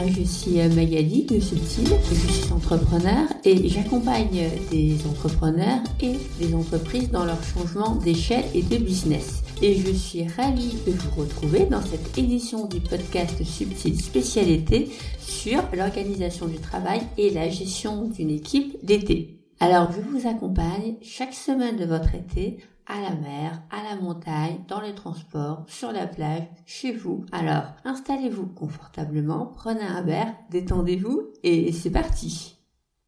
je suis Magali de Subtil, je suis entrepreneur et j'accompagne des entrepreneurs et des entreprises dans leur changement d'échelle et de business. Et je suis ravie de vous retrouver dans cette édition du podcast Subtil spécial été sur l'organisation du travail et la gestion d'une équipe d'été. Alors, je vous accompagne chaque semaine de votre été à la mer, à la montagne, dans les transports, sur la plage, chez vous. Alors, installez-vous confortablement, prenez un verre, détendez-vous et c'est parti.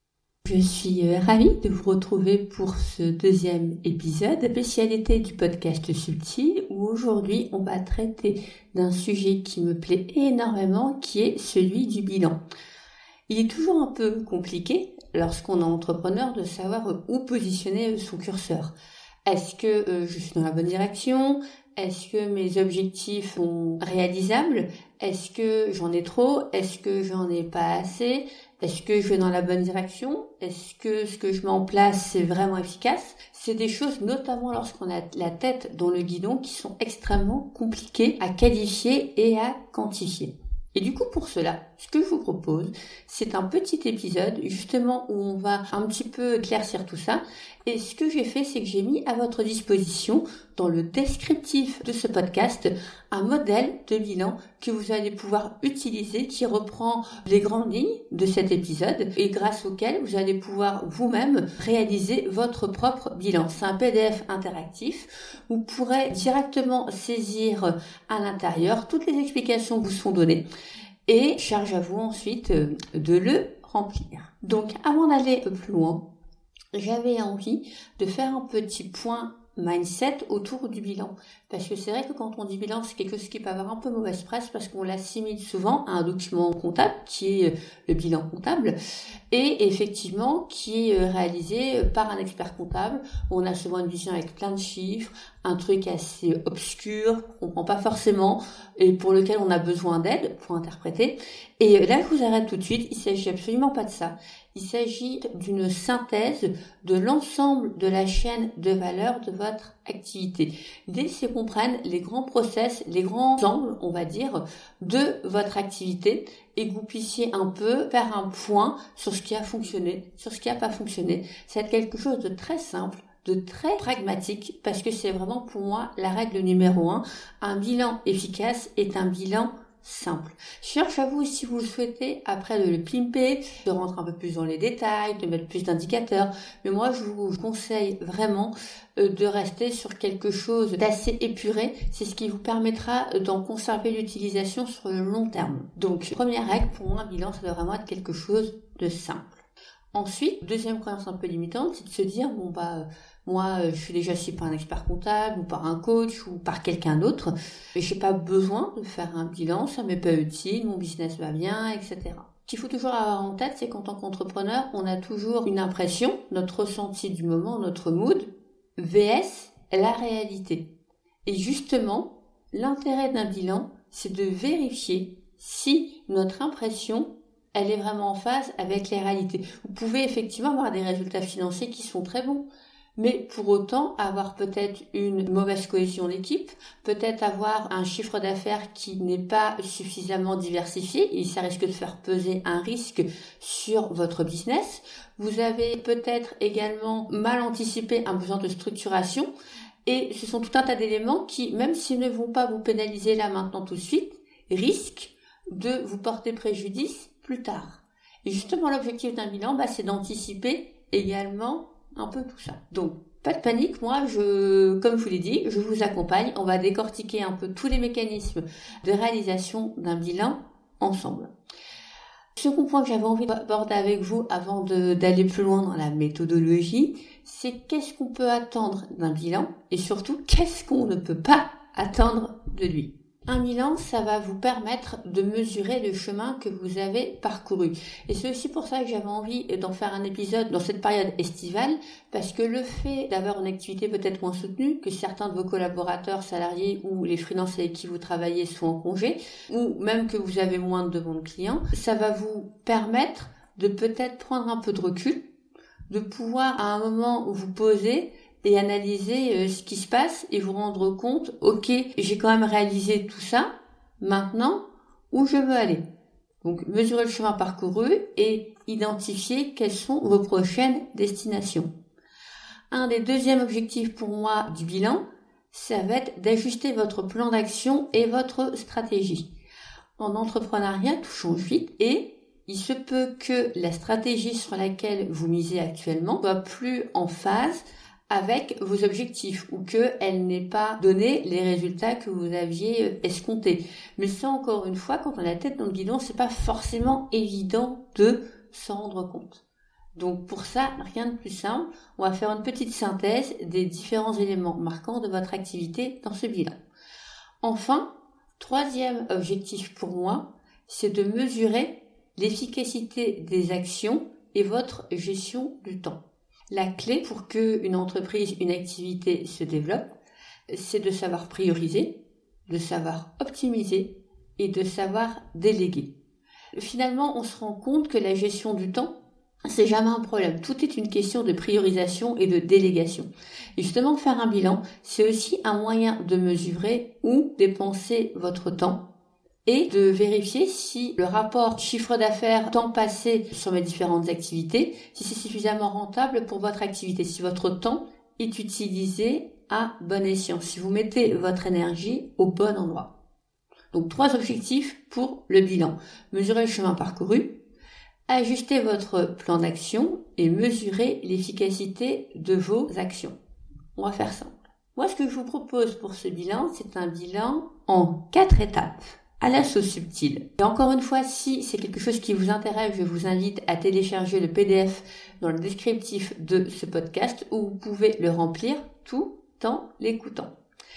Je suis ravie de vous retrouver pour ce deuxième épisode, spécialité du podcast Subtil, où aujourd'hui on va traiter d'un sujet qui me plaît énormément, qui est celui du bilan. Il est toujours un peu compliqué, lorsqu'on est entrepreneur, de savoir où positionner son curseur. Est-ce que je suis dans la bonne direction ? Est-ce que mes objectifs sont réalisables ? Est-ce que j'en ai trop ? Est-ce que j'en ai pas assez ? Est-ce que je vais dans la bonne direction ? Est-ce que ce que je mets en place c'est vraiment efficace ? C'est des choses, notamment lorsqu'on a la tête dans le guidon, qui sont extrêmement compliquées à qualifier et à quantifier. Et du coup, pour cela, ce que je vous propose, c'est un petit épisode justement où on va un petit peu éclaircir tout ça. Et ce que j'ai fait, c'est que j'ai mis à votre disposition, dans le descriptif de ce podcast, un modèle de bilan que vous allez pouvoir utiliser, qui reprend les grandes lignes de cet épisode et grâce auquel vous allez pouvoir vous-même réaliser votre propre bilan. C'est un PDF interactif. Vous pourrez directement saisir à l'intérieur toutes les explications vous sont données. Et charge à vous ensuite de le remplir. Donc avant d'aller un peu plus loin, j'avais envie de faire un petit point mindset autour du bilan. Parce que c'est vrai que quand on dit bilan, c'est quelque chose qui peut avoir un peu mauvaise presse parce qu'on l'assimile souvent à un document comptable qui est le bilan comptable et effectivement qui est réalisé par un expert comptable. On a souvent une vision avec plein de chiffres, un truc assez obscur, qu'on comprend pas forcément et pour lequel on a besoin d'aide pour interpréter. Et là, je vous arrête tout de suite, il s'agit absolument pas de ça. Il s'agit d'une synthèse de l'ensemble de la chaîne de valeur de votre activité. L'idée, c'est qu'on prenne les grands process, les grands angles, on va dire, de votre activité et que vous puissiez un peu faire un point sur ce qui a fonctionné, sur ce qui n'a pas fonctionné. C'est quelque chose de très simple, de très pragmatique, parce que c'est vraiment pour moi la règle numéro 1. Un bilan efficace est un bilan simple. Cherche à vous, si vous le souhaitez, après de le pimper, de rentrer un peu plus dans les détails, de mettre plus d'indicateurs. Mais moi, je vous conseille vraiment de rester sur quelque chose d'assez épuré. C'est ce qui vous permettra d'en conserver l'utilisation sur le long terme. Donc, première règle, pour moi, un bilan, ça doit vraiment être quelque chose de simple. Ensuite, deuxième croyance un peu limitante, c'est de se dire, moi, je suis déjà suivi par un expert comptable ou par un coach ou par quelqu'un d'autre. Et j'ai pas besoin de faire un bilan, ça m'est pas utile, mon business va bien, etc. Ce qu'il faut toujours avoir en tête, c'est qu'en tant qu'entrepreneur, on a toujours une impression, notre ressenti du moment, notre mood, vs la réalité. Et justement, l'intérêt d'un bilan, c'est de vérifier si notre impression elle est vraiment en phase avec les réalités. Vous pouvez effectivement avoir des résultats financiers qui sont très bons, mais pour autant avoir peut-être une mauvaise cohésion d'équipe, peut-être avoir un chiffre d'affaires qui n'est pas suffisamment diversifié, et ça risque de faire peser un risque sur votre business. Vous avez peut-être également mal anticipé un besoin de structuration, et ce sont tout un tas d'éléments qui, même s'ils ne vont pas vous pénaliser là maintenant tout de suite, risquent de vous porter préjudice plus tard. Et justement, l'objectif d'un bilan, c'est d'anticiper également un peu tout ça. Donc, pas de panique, moi, comme je vous l'ai dit, je vous accompagne. On va décortiquer un peu tous les mécanismes de réalisation d'un bilan ensemble. Second point que j'avais envie d'aborder avec vous avant d'aller plus loin dans la méthodologie, c'est qu'est-ce qu'on peut attendre d'un bilan et surtout, qu'est-ce qu'on ne peut pas attendre de lui. Un bilan, ça va vous permettre de mesurer le chemin que vous avez parcouru. Et c'est aussi pour ça que j'avais envie d'en faire un épisode dans cette période estivale, parce que le fait d'avoir une activité peut-être moins soutenue, que certains de vos collaborateurs, salariés ou les freelances avec qui vous travaillez sont en congé, ou même que vous avez moins de demandes clients, ça va vous permettre de peut-être prendre un peu de recul, de pouvoir à un moment vous poser et analyser ce qui se passe et vous rendre compte, ok, j'ai quand même réalisé tout ça, maintenant, où je veux aller. Donc, mesurez le chemin parcouru et identifiez quelles sont vos prochaines destinations. Un des deuxièmes objectifs pour moi du bilan, ça va être d'ajuster votre plan d'action et votre stratégie. En entrepreneuriat, tout change vite et il se peut que la stratégie sur laquelle vous misez actuellement soit plus en phase avec vos objectifs ou qu'elle n'ait pas donné les résultats que vous aviez escomptés. Mais ça, encore une fois, quand on a la tête dans le guidon, c'est pas forcément évident de s'en rendre compte. Donc pour ça, rien de plus simple, on va faire une petite synthèse des différents éléments marquants de votre activité dans ce bilan. Enfin, troisième objectif pour moi, c'est de mesurer l'efficacité des actions et votre gestion du temps. La clé pour qu'une entreprise, une activité se développe, c'est de savoir prioriser, de savoir optimiser et de savoir déléguer. Finalement, on se rend compte que la gestion du temps, c'est jamais un problème. Tout est une question de priorisation et de délégation. Et justement, faire un bilan, c'est aussi un moyen de mesurer où dépenser votre temps et de vérifier si le rapport chiffre d'affaires temps passé sur mes différentes activités, si c'est suffisamment rentable pour votre activité, si votre temps est utilisé à bon escient, si vous mettez votre énergie au bon endroit. Donc 3 objectifs pour le bilan. Mesurer le chemin parcouru, ajuster votre plan d'action et mesurer l'efficacité de vos actions. On va faire simple. Moi, ce que je vous propose pour ce bilan, c'est un bilan en 4 étapes, à la sauce subtile. Et encore une fois, si c'est quelque chose qui vous intéresse, je vous invite à télécharger le PDF dans le descriptif de ce podcast où vous pouvez le remplir tout en l'écoutant.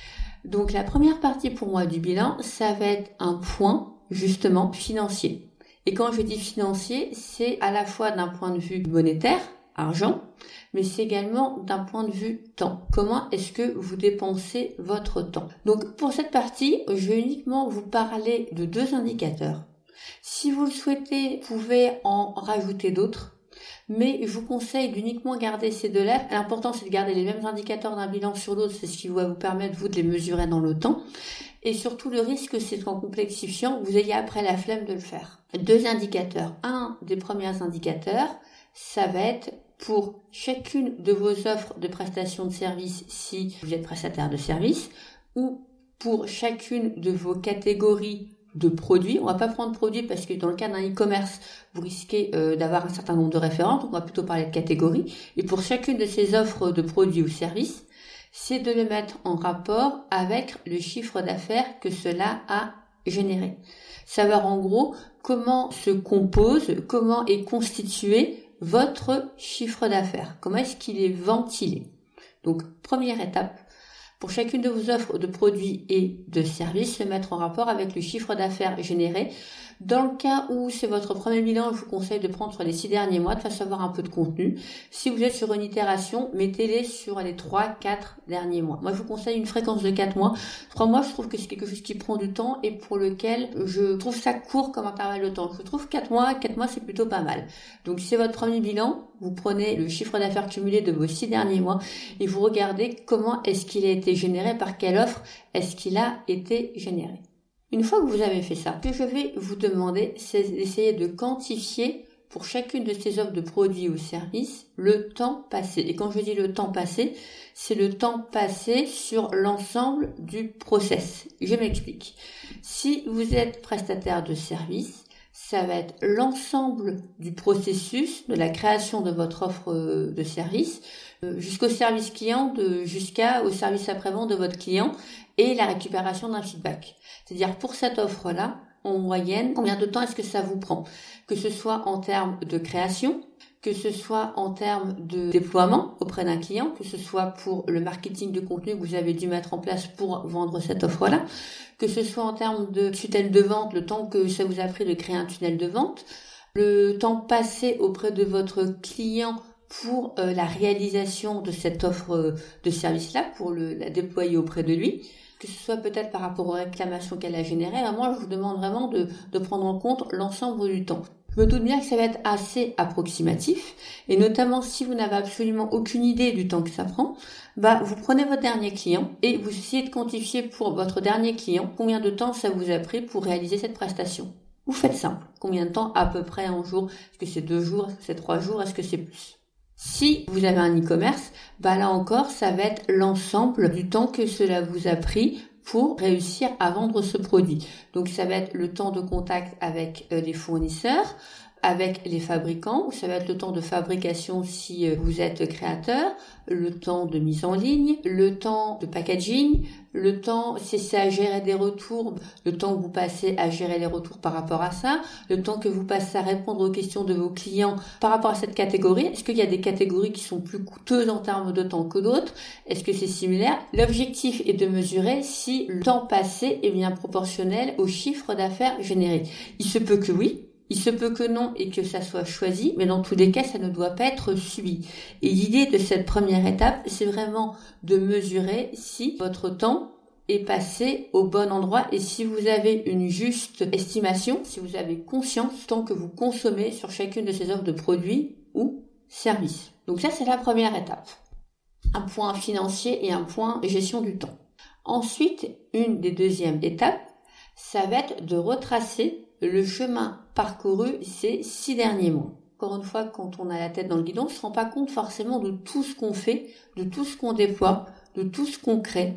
Donc la première partie pour moi du bilan, ça va être un point justement financier. Et quand je dis financier, c'est à la fois d'un point de vue monétaire, argent, mais c'est également d'un point de vue temps. Comment est-ce que vous dépensez votre temps? Donc pour cette partie, je vais uniquement vous parler de 2 indicateurs. Si vous le souhaitez, vous pouvez en rajouter d'autres, mais je vous conseille d'uniquement garder ces 2-là. L'important, c'est de garder les mêmes indicateurs d'un bilan sur l'autre, c'est ce qui va vous permettre, vous, de les mesurer dans le temps. Et surtout, le risque, c'est qu'en complexifiant, vous ayez après la flemme de le faire. 2 indicateurs. Un des premiers indicateurs, ça va être pour chacune de vos offres de prestation de service si vous êtes prestataire de service ou pour chacune de vos catégories de produits. On va pas prendre produits parce que dans le cas d'un e-commerce, vous risquez d'avoir un certain nombre de références, donc on va plutôt parler de catégories. Et pour chacune de ces offres de produits ou services, c'est de le mettre en rapport avec le chiffre d'affaires que cela a généré. Savoir en gros comment se compose, comment est constitué votre chiffre d'affaires. Comment est-ce qu'il est ventilé? Donc, première étape, pour chacune de vos offres de produits et de services, le mettre en rapport avec le chiffre d'affaires généré. Dans le cas où c'est votre premier bilan, je vous conseille de prendre sur les 6 derniers mois, de façon à avoir un peu de contenu. Si vous êtes sur une itération, mettez-les sur les 3-4 derniers mois. Moi, je vous conseille une fréquence de 4 mois. 3 mois, je trouve que c'est quelque chose qui prend du temps et pour lequel je trouve ça court comme intervalle de temps. Je trouve 4 mois, c'est plutôt pas mal. Donc, si c'est votre premier bilan, vous prenez le chiffre d'affaires cumulé de vos 6 derniers mois et vous regardez comment est-ce qu'il a été généré, par quelle offre est-ce qu'il a été généré. Une fois que vous avez fait ça, ce que je vais vous demander, c'est d'essayer de quantifier pour chacune de ces offres de produits ou services le temps passé. Et quand je dis le temps passé, c'est le temps passé sur l'ensemble du process. Je m'explique. Si vous êtes prestataire de service, ça va être l'ensemble du processus de la création de votre offre de service jusqu'au service client, jusqu'au service après-vente de votre client et la récupération d'un feedback. C'est-à-dire pour cette offre-là, en moyenne, combien de temps est-ce que ça vous prend? Que ce soit en termes de création, que ce soit en termes de déploiement auprès d'un client, que ce soit pour le marketing de contenu que vous avez dû mettre en place pour vendre cette offre-là, que ce soit en termes de tunnel de vente, le temps que ça vous a pris de créer un tunnel de vente, le temps passé auprès de votre client pour la réalisation de cette offre de service-là, pour la déployer auprès de lui, que ce soit peut-être par rapport aux réclamations qu'elle a générées. Moi, je vous demande vraiment de prendre en compte l'ensemble du temps. Je me doute bien que ça va être assez approximatif, et notamment si vous n'avez absolument aucune idée du temps que ça prend, vous prenez votre dernier client et vous essayez de quantifier pour votre dernier client combien de temps ça vous a pris pour réaliser cette prestation. Vous faites simple. Combien de temps à peu près en jour? Est-ce que c'est 2 jours? Est-ce que c'est 3 jours? Est-ce que c'est plus? Si vous avez un e-commerce, là encore, ça va être l'ensemble du temps que cela vous a pris pour réussir à vendre ce produit. Donc ça va être le temps de contact avec les fournisseurs, avec les fabricants, ou ça va être le temps de fabrication si vous êtes créateur, le temps de mise en ligne, le temps de packaging, le temps, si c'est à gérer des retours, le temps que vous passez à gérer les retours par rapport à ça, le temps que vous passez à répondre aux questions de vos clients par rapport à cette catégorie. Est-ce qu'il y a des catégories qui sont plus coûteuses en termes de temps que d'autres? Est-ce que c'est similaire? L'objectif est de mesurer si le temps passé est bien proportionnel au chiffre d'affaires généré. Il se peut que oui. Il se peut que non et que ça soit choisi, mais dans tous les cas, ça ne doit pas être subi. Et l'idée de cette première étape, c'est vraiment de mesurer si votre temps est passé au bon endroit et si vous avez une juste estimation, si vous avez conscience du temps que vous consommez sur chacune de ces offres de produits ou services. Donc ça, c'est la première étape. Un point financier et un point gestion du temps. Ensuite, une des deuxièmes étapes, ça va être de retracer le chemin parcouru ces 6 derniers mois. Encore une fois, quand on a la tête dans le guidon, on ne se rend pas compte forcément de tout ce qu'on fait, de tout ce qu'on déploie, de tout ce qu'on crée.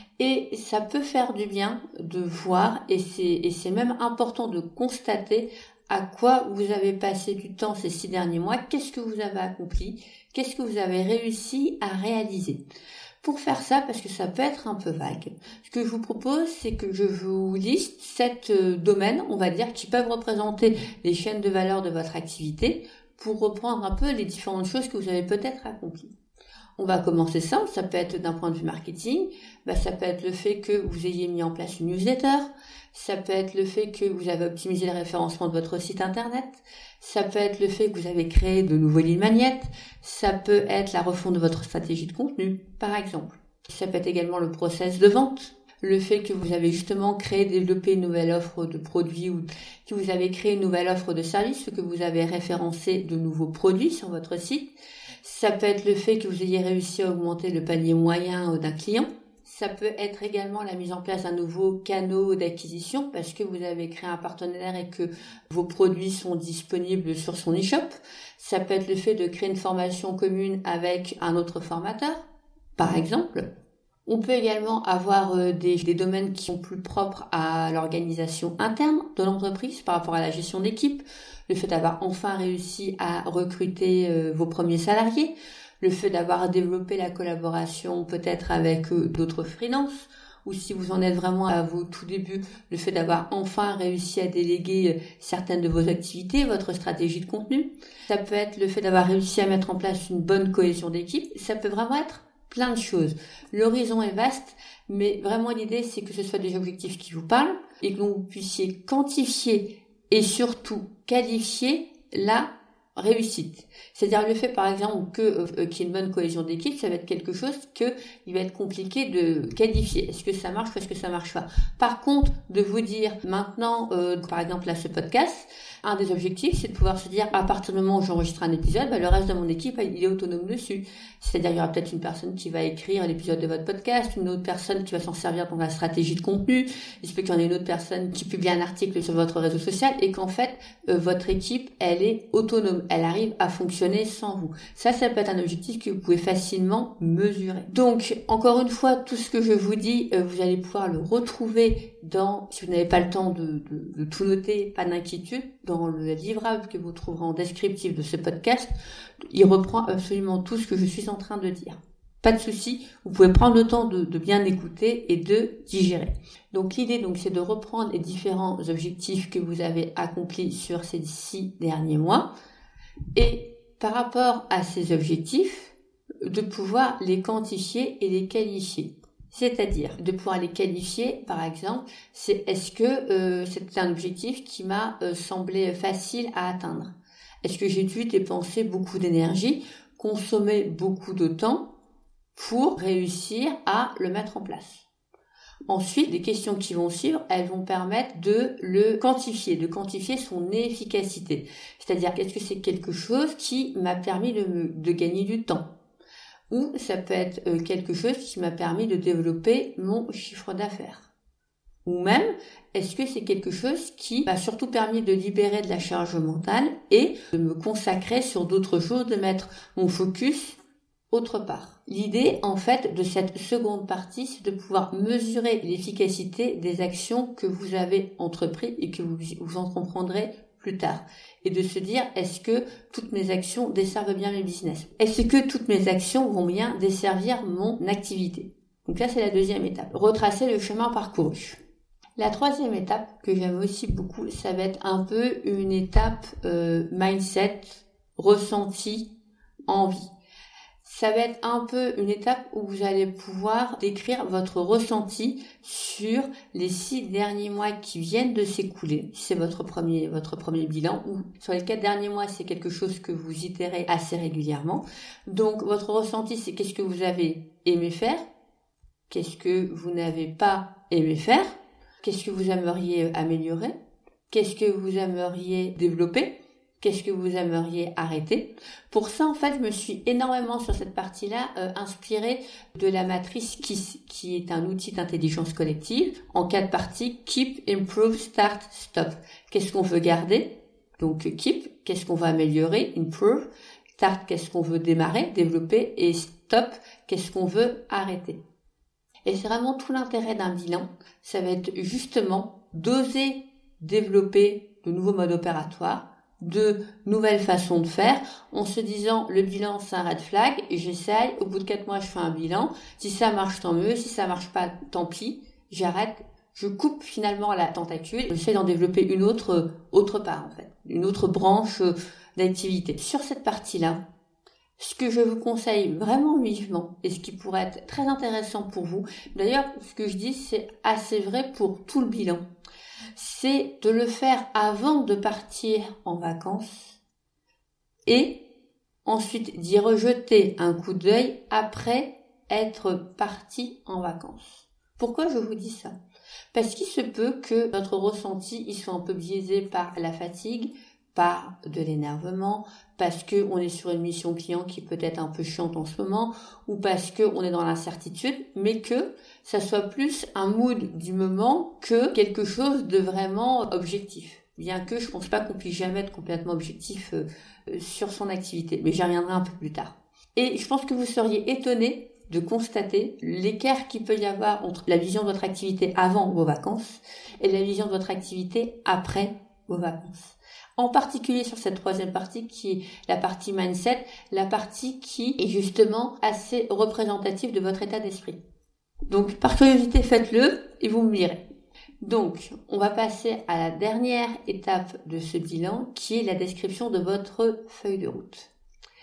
Et ça peut faire du bien de voir, et c'est même important de constater à quoi vous avez passé du temps ces 6 derniers mois, qu'est-ce que vous avez accompli, qu'est-ce que vous avez réussi à réaliser. Pour faire ça, parce que ça peut être un peu vague, ce que je vous propose, c'est que je vous liste 7 domaines, on va dire, qui peuvent représenter les chaînes de valeur de votre activité pour reprendre un peu les différentes choses que vous avez peut-être accomplies. On va commencer simple, ça peut être d'un point de vue marketing, ça peut être le fait que vous ayez mis en place une newsletter, ça peut être le fait que vous avez optimisé le référencement de votre site internet, ça peut être le fait que vous avez créé de nouveaux lead magnets, ça peut être la refonte de votre stratégie de contenu, par exemple. Ça peut être également le process de vente, le fait que vous avez justement créé, développé une nouvelle offre de produits ou que vous avez créé une nouvelle offre de service, que vous avez référencé de nouveaux produits sur votre site. Ça peut être le fait que vous ayez réussi à augmenter le panier moyen d'un client. Ça peut être également la mise en place d'un nouveau canal d'acquisition parce que vous avez créé un partenaire et que vos produits sont disponibles sur son e-shop. Ça peut être le fait de créer une formation commune avec un autre formateur, par exemple. On peut également avoir des domaines qui sont plus propres à l'organisation interne de l'entreprise par rapport à la gestion d'équipe, le fait d'avoir enfin réussi à recruter vos premiers salariés, le fait d'avoir développé la collaboration peut-être avec d'autres freelances, ou si vous en êtes vraiment à vos tout débuts, le fait d'avoir enfin réussi à déléguer certaines de vos activités, votre stratégie de contenu. Ça peut être le fait d'avoir réussi à mettre en place une bonne cohésion d'équipe. Ça peut vraiment être plein de choses. L'horizon est vaste, mais vraiment l'idée c'est que ce soit des objectifs qui vous parlent et que vous puissiez quantifier et surtout qualifier la réussite. C'est-à-dire le fait par exemple qu'il y ait une bonne cohésion d'équipe, ça va être quelque chose il va être compliqué de qualifier. Est-ce que ça marche ou est-ce que ça marche pas? Par contre, de vous dire maintenant, par exemple là ce podcast, un des objectifs c'est de pouvoir se dire à partir du moment où j'enregistre un épisode, le reste de mon équipe il est autonome dessus. C'est-à-dire il y aura peut-être une personne qui va écrire l'épisode de votre podcast, une autre personne qui va s'en servir dans la stratégie de contenu, il se peut qu'il y en ait une autre personne qui publie un article sur votre réseau social et qu'en fait votre équipe elle est autonome, elle arrive à fonctionner sans vous. Ça peut être un objectif que vous pouvez facilement mesurer. Donc encore une fois, tout ce que je vous dis, vous allez pouvoir le retrouver si vous n'avez pas le temps de tout noter, pas d'inquiétude, dans le livrable que vous trouverez en descriptif de ce podcast. Il reprend absolument tout ce que je suis en train de dire. Pas de souci, vous pouvez prendre le temps de bien écouter et de digérer. Donc l'idée c'est de reprendre les différents objectifs que vous avez accomplis sur ces 6 derniers mois et par rapport à ces objectifs, de pouvoir les quantifier et les qualifier. C'est-à-dire de pouvoir les qualifier, par exemple, c'est est-ce que c'est un objectif qui m'a semblé facile à atteindre? Est-ce que j'ai dû dépenser beaucoup d'énergie, consommer beaucoup de temps pour réussir à le mettre en place? Ensuite, les questions qui vont suivre, elles vont permettre de le quantifier, de quantifier son efficacité. C'est-à-dire, est-ce que c'est quelque chose qui m'a permis de gagner du temps? Ou ça peut être quelque chose qui m'a permis de développer mon chiffre d'affaires. Ou même, est-ce que c'est quelque chose qui m'a surtout permis de libérer de la charge mentale et de me consacrer sur d'autres choses, de mettre mon focus autre part. L'idée, en fait, de cette seconde partie, c'est de pouvoir mesurer l'efficacité des actions que vous avez entreprises et que vous entreprendrez plus tard. Et de se dire, est-ce que toutes mes actions desservent bien mes business? Est-ce que toutes mes actions vont bien desservir mon activité? Donc là, c'est la deuxième étape. Retracer le chemin parcouru. La troisième étape, que j'aime aussi beaucoup, ça va être un peu une étape mindset, ressenti, envie. Ça va être un peu une étape où vous allez pouvoir décrire votre ressenti sur les 6 derniers mois qui viennent de s'écouler. C'est votre premier bilan, ou sur les 4 derniers mois, c'est quelque chose que vous itérez assez régulièrement. Donc, votre ressenti, c'est qu'est-ce que vous avez aimé faire? Qu'est-ce que vous n'avez pas aimé faire? Qu'est-ce que vous aimeriez améliorer? Qu'est-ce que vous aimeriez développer? Qu'est-ce que vous aimeriez arrêter? Pour ça, en fait, je me suis énormément sur cette partie-là inspirée de la matrice KISS, qui est un outil d'intelligence collective en 4 parties: Keep, Improve, Start, Stop. Qu'est-ce qu'on veut garder? Donc Keep, qu'est-ce qu'on va améliorer? Improve. Start, qu'est-ce qu'on veut démarrer, développer? Et Stop, qu'est-ce qu'on veut arrêter? Et c'est vraiment tout l'intérêt d'un bilan. Ça va être justement d'oser développer de nouveaux modes opératoires, de nouvelles façons de faire, en se disant le bilan c'est un red flag, et j'essaye, au bout de 4 mois je fais un bilan, si ça marche tant mieux, si ça marche pas tant pis, j'arrête, je coupe finalement la tentacule, j'essaie d'en développer une autre part en fait, une autre branche d'activité. Sur cette partie-là, ce que je vous conseille vraiment vivement, et ce qui pourrait être très intéressant pour vous, d'ailleurs ce que je dis c'est assez vrai pour tout le bilan, c'est de le faire avant de partir en vacances et ensuite d'y rejeter un coup d'œil après être parti en vacances. Pourquoi je vous dis ça? Parce qu'il se peut que notre ressenti il soit un peu biaisé par la fatigue, par de l'énervement, parce que on est sur une mission client qui peut être un peu chiante en ce moment, ou parce que on est dans l'incertitude, mais que ça soit plus un mood du moment que quelque chose de vraiment objectif. Bien que je pense pas qu'on puisse jamais être complètement objectif sur son activité, mais j'y reviendrai un peu plus tard. Et je pense que vous seriez étonnés de constater l'écart qu'il peut y avoir entre la vision de votre activité avant vos vacances et la vision de votre activité après vos vacances. En particulier sur cette troisième partie qui est la partie mindset, la partie qui est justement assez représentative de votre état d'esprit. Donc par curiosité faites-le et vous me direz. Donc on va passer à la dernière étape de ce bilan qui est la description de votre feuille de route.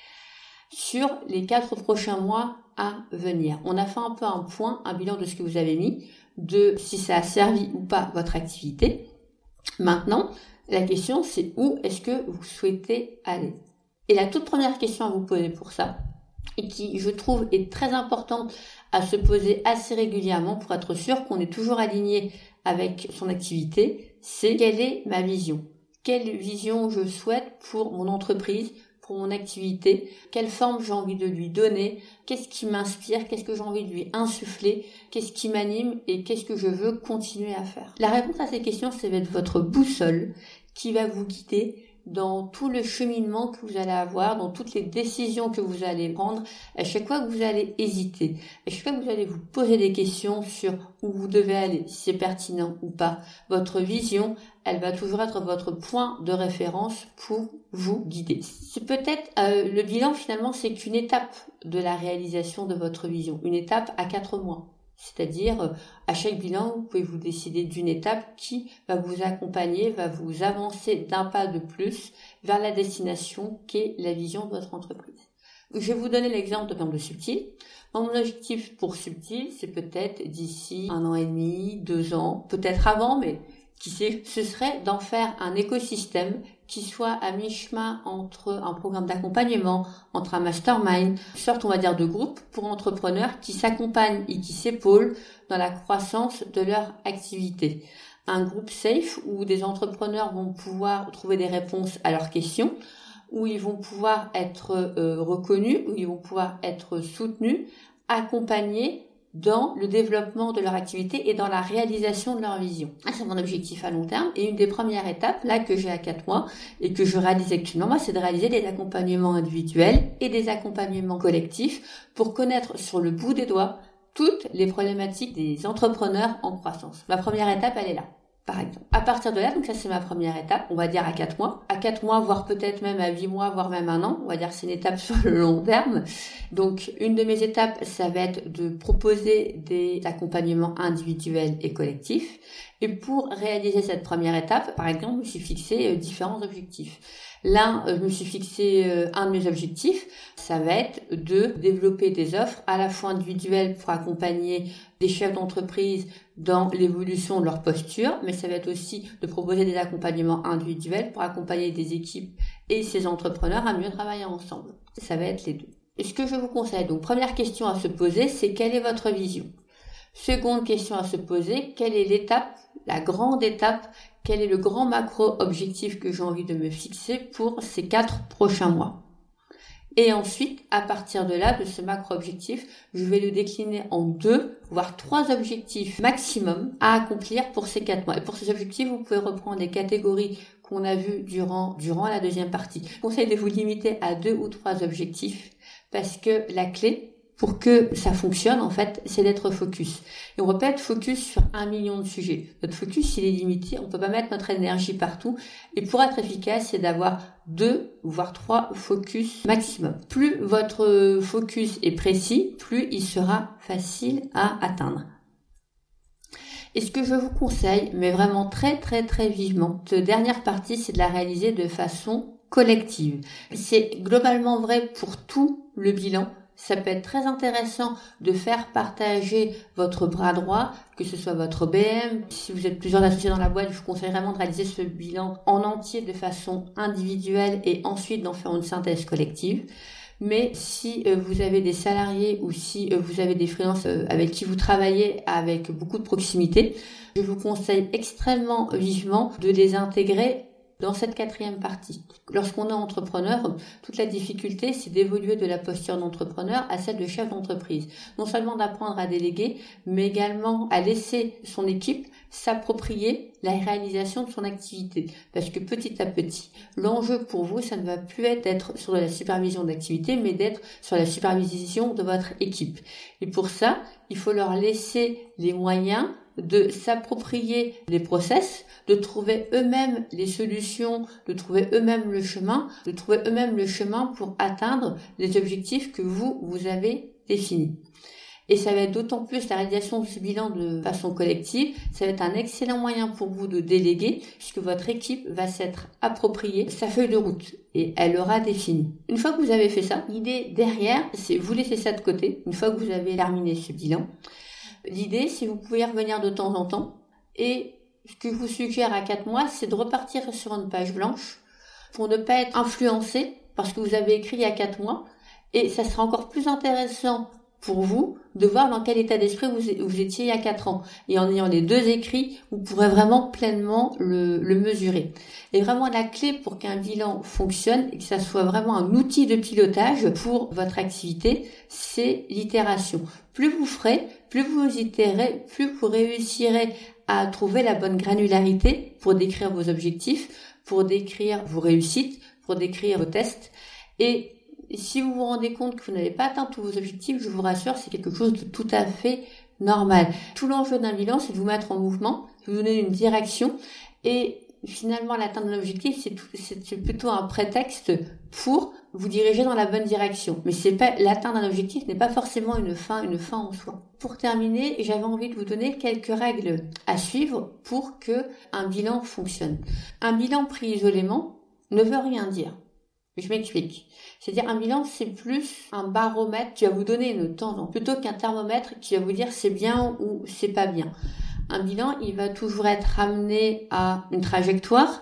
Sur les 4 prochains mois à venir, on a fait un peu un point, un bilan de ce que vous avez mis, de si ça a servi ou pas votre activité. Maintenant, la question, c'est où est-ce que vous souhaitez aller? Et la toute première question à vous poser pour ça, et qui, je trouve, est très importante à se poser assez régulièrement pour être sûr qu'on est toujours aligné avec son activité, c'est quelle est ma vision? Quelle vision je souhaite pour mon entreprise, pour mon activité? Quelle forme j'ai envie de lui donner? Qu'est-ce qui m'inspire? Qu'est-ce que j'ai envie de lui insuffler? Qu'est-ce qui m'anime? Et qu'est-ce que je veux continuer à faire? La réponse à ces questions, ça va être votre boussole qui va vous guider dans tout le cheminement que vous allez avoir, dans toutes les décisions que vous allez prendre, à chaque fois que vous allez hésiter, à chaque fois que vous allez vous poser des questions sur où vous devez aller, si c'est pertinent ou pas. Votre vision, elle va toujours être votre point de référence pour vous guider. C'est peut-être le bilan finalement, c'est qu'une étape de la réalisation de votre vision, une étape à 4 mois. C'est-à-dire, à chaque bilan, vous pouvez vous décider d'une étape qui va vous accompagner, va vous avancer d'un pas de plus vers la destination qu'est la vision de votre entreprise. Je vais vous donner l'exemple de Subtil. Mon objectif pour Subtil, c'est peut-être d'ici 1 an et demi, 2 ans, peut-être avant, mais qui sait, ce serait d'en faire un écosystème qui soit à mi-chemin entre un programme d'accompagnement, entre un mastermind, une sorte, on va dire, de groupe pour entrepreneurs qui s'accompagnent et qui s'épaulent dans la croissance de leur activité. Un groupe safe où des entrepreneurs vont pouvoir trouver des réponses à leurs questions, où ils vont pouvoir être reconnus, où ils vont pouvoir être soutenus, accompagnés dans le développement de leur activité et dans la réalisation de leur vision. C'est mon objectif à long terme. Et une des premières étapes, là, que j'ai à 4 mois et que je réalise actuellement, moi, c'est de réaliser des accompagnements individuels et des accompagnements collectifs pour connaître sur le bout des doigts toutes les problématiques des entrepreneurs en croissance. Ma première étape, elle est là. Par exemple. À partir de là, donc ça c'est ma première étape, on va dire à 4 mois. À 4 mois, voire peut-être même à 8 mois, voire même 1 an. On va dire que c'est une étape sur le long terme. Donc une de mes étapes, ça va être de proposer des accompagnements individuels et collectifs. Et pour réaliser cette première étape, par exemple, je me suis fixé différents objectifs. Là, je me suis fixé un de mes objectifs, ça va être de développer des offres à la fois individuelles pour accompagner des chefs d'entreprise dans l'évolution de leur posture, mais ça va être aussi de proposer des accompagnements individuels pour accompagner des équipes et ces entrepreneurs à mieux travailler ensemble. Ça va être les deux. Et ce que je vous conseille, donc première question à se poser, c'est quelle est votre vision? Seconde question à se poser, quelle est l'étape, la grande étape, quel est le grand macro-objectif que j'ai envie de me fixer pour ces 4 prochains mois? Et ensuite, à partir de là, de ce macro-objectif, je vais le décliner en 2, voire 3 objectifs maximum à accomplir pour ces 4 mois. Et pour ces objectifs, vous pouvez reprendre des catégories qu'on a vues durant la deuxième partie. Je vous conseille de vous limiter à 2 ou 3 objectifs parce que la clé, pour que ça fonctionne, en fait, c'est d'être focus. Et on ne peut pas être focus sur 1 million de sujets. Notre focus, il est limité. On ne peut pas mettre notre énergie partout. Et pour être efficace, c'est d'avoir 2, voire 3 focus maximum. Plus votre focus est précis, plus il sera facile à atteindre. Et ce que je vous conseille, mais vraiment très très très vivement, cette dernière partie, c'est de la réaliser de façon collective. C'est globalement vrai pour tout le bilan. Ça peut être très intéressant de faire partager votre bras droit, que ce soit votre BM. Si vous êtes plusieurs associés dans la boîte, je vous conseille vraiment de réaliser ce bilan en entier de façon individuelle et ensuite d'en faire une synthèse collective. Mais si vous avez des salariés ou si vous avez des freelances avec qui vous travaillez avec beaucoup de proximité, je vous conseille extrêmement vivement de les intégrer dans cette 4e partie. Lorsqu'on est entrepreneur, toute la difficulté, c'est d'évoluer de la posture d'entrepreneur à celle de chef d'entreprise. Non seulement d'apprendre à déléguer, mais également à laisser son équipe s'approprier la réalisation de son activité. Parce que petit à petit, l'enjeu pour vous, ça ne va plus être d'être sur de la supervision d'activité, mais d'être sur la supervision de votre équipe. Et pour ça, il faut leur laisser les moyens de s'approprier les process, de trouver eux-mêmes les solutions, de trouver eux-mêmes le chemin, pour atteindre les objectifs que vous avez définis. Et ça va être d'autant plus la réalisation de ce bilan de façon collective, ça va être un excellent moyen pour vous de déléguer, puisque votre équipe va s'être appropriée sa feuille de route et elle aura défini. Une fois que vous avez fait ça, l'idée derrière, c'est vous laisser ça de côté, une fois que vous avez terminé ce bilan. L'idée, c'est que vous pouvez y revenir de temps en temps. Et ce que je vous suggère à 4 mois, c'est de repartir sur une page blanche pour ne pas être influencé par ce que vous avez écrit il y a 4 mois. Et ça sera encore plus intéressant pour vous de voir dans quel état d'esprit vous étiez il y a 4 ans. Et en ayant les 2 écrits, vous pourrez vraiment pleinement le mesurer. Et vraiment la clé pour qu'un bilan fonctionne et que ça soit vraiment un outil de pilotage pour votre activité, c'est l'itération. Plus vous ferez, plus vous itérez, plus vous réussirez à trouver la bonne granularité pour décrire vos objectifs, pour décrire vos réussites, pour décrire vos tests. Et si vous vous rendez compte que vous n'avez pas atteint tous vos objectifs, je vous rassure, c'est quelque chose de tout à fait normal. Tout l'enjeu d'un bilan, c'est de vous mettre en mouvement, de vous donner une direction et finalement l'atteinte d'un objectif, c'est plutôt un prétexte pour vous diriger dans la bonne direction. Mais c'est pas l'atteinte d'un objectif n'est pas forcément une fin en soi. Pour terminer, j'avais envie de vous donner quelques règles à suivre pour que un bilan fonctionne. Un bilan pris isolément ne veut rien dire. Je m'explique. C'est-à-dire un bilan, c'est plus un baromètre qui va vous donner une tendance plutôt qu'un thermomètre qui va vous dire c'est bien ou c'est pas bien. Un bilan, il va toujours être ramené à une trajectoire,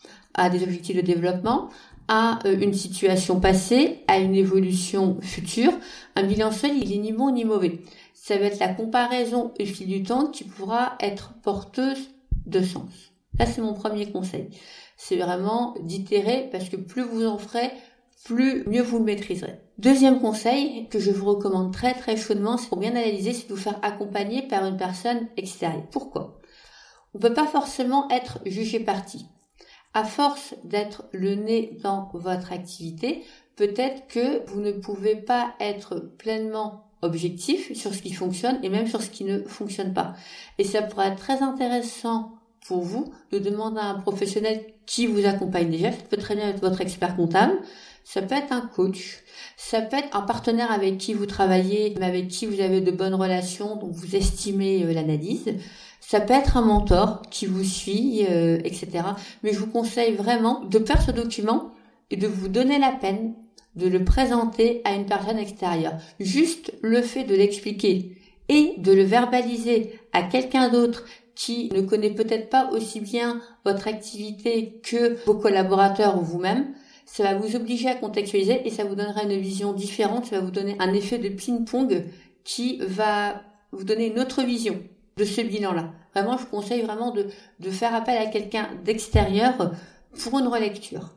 à des objectifs de développement, à une situation passée, à une évolution future. Un bilan seul, il est ni bon ni mauvais. Ça va être la comparaison au fil du temps qui pourra être porteuse de sens. Ça, c'est mon premier conseil. C'est vraiment d'itérer parce que plus vous en ferez, mieux vous le maîtriserez. Deuxième conseil que je vous recommande très très chaudement, c'est pour bien analyser, c'est de vous faire accompagner par une personne extérieure. Pourquoi ? On ne peut pas forcément être jugé parti. À force d'être le nez dans votre activité, peut-être que vous ne pouvez pas être pleinement objectif sur ce qui fonctionne et même sur ce qui ne fonctionne pas. Et ça pourrait être très intéressant pour vous de demander à un professionnel qui vous accompagne déjà. Ça peut très bien être votre expert comptable, ça peut être un coach, ça peut être un partenaire avec qui vous travaillez, mais avec qui vous avez de bonnes relations, donc vous estimez l'analyse. Ça peut être un mentor qui vous suit, etc. Mais je vous conseille vraiment de faire ce document et de vous donner la peine de le présenter à une personne extérieure. Juste le fait de l'expliquer et de le verbaliser à quelqu'un d'autre qui ne connaît peut-être pas aussi bien votre activité que vos collaborateurs ou vous-même, ça va vous obliger à contextualiser et ça vous donnera une vision différente, ça va vous donner un effet de ping-pong qui va vous donner une autre vision de ce bilan-là. Vraiment, je vous conseille vraiment de faire appel à quelqu'un d'extérieur pour une relecture.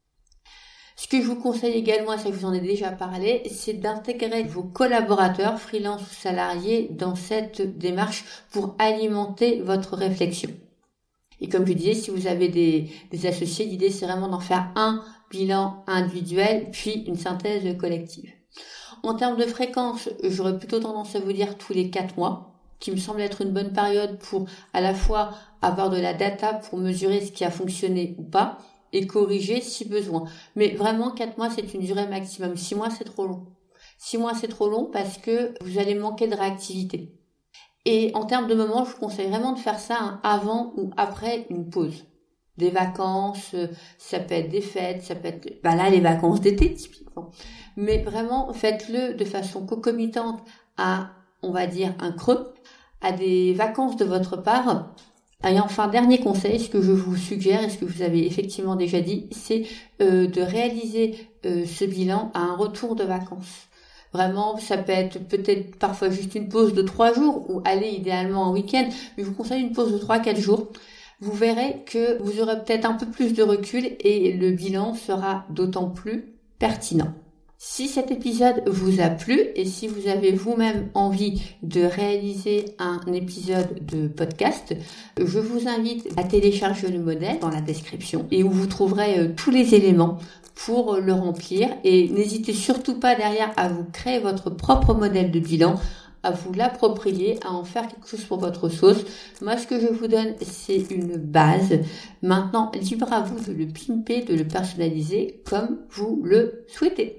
Ce que je vous conseille également, ça je vous en ai déjà parlé, c'est d'intégrer vos collaborateurs, freelance ou salariés, dans cette démarche pour alimenter votre réflexion. Et comme je disais, si vous avez des associés, l'idée c'est vraiment d'en faire un bilan individuel, puis une synthèse collective. En termes de fréquence, j'aurais plutôt tendance à vous dire tous les 4 mois, qui me semble être une bonne période pour à la fois avoir de la data pour mesurer ce qui a fonctionné ou pas, et corriger si besoin. Mais vraiment, 4 mois, c'est une durée maximum. 6 mois, c'est trop long. 6 mois, c'est trop long parce que vous allez manquer de réactivité. Et en termes de moment, je vous conseille vraiment de faire ça avant ou après une pause. Des vacances, ça peut être des fêtes, ça peut être, là, les vacances d'été, typiquement. Mais vraiment, faites-le de façon concomitante à, on va dire, un creux, à des vacances de votre part. Et enfin, dernier conseil, ce que je vous suggère, et ce que vous avez effectivement déjà dit, c'est de réaliser ce bilan à un retour de vacances. Vraiment, ça peut être peut-être parfois juste une pause de 3 jours, ou aller idéalement un week-end, mais je vous conseille une pause de 3-4 jours. Vous verrez que vous aurez peut-être un peu plus de recul et le bilan sera d'autant plus pertinent. Si cet épisode vous a plu et si vous avez vous-même envie de réaliser un épisode de podcast, je vous invite à télécharger le modèle dans la description et où vous trouverez tous les éléments pour le remplir. Et n'hésitez surtout pas derrière à vous créer votre propre modèle de bilan, à vous l'approprier, à en faire quelque chose pour votre sauce. Moi, ce que je vous donne, c'est une base. Maintenant, libre à vous de le pimper, de le personnaliser comme vous le souhaitez.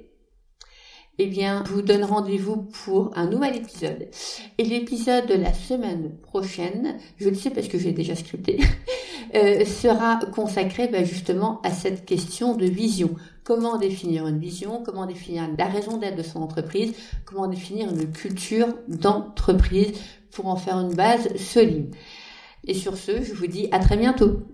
Eh bien, je vous donne rendez-vous pour un nouvel épisode. Et l'épisode de la semaine prochaine, je le sais parce que j'ai déjà scripté, sera consacré justement à cette question de vision. Comment définir une vision, comment définir la raison d'être de son entreprise, comment définir une culture d'entreprise pour en faire une base solide. Et sur ce, je vous dis à très bientôt.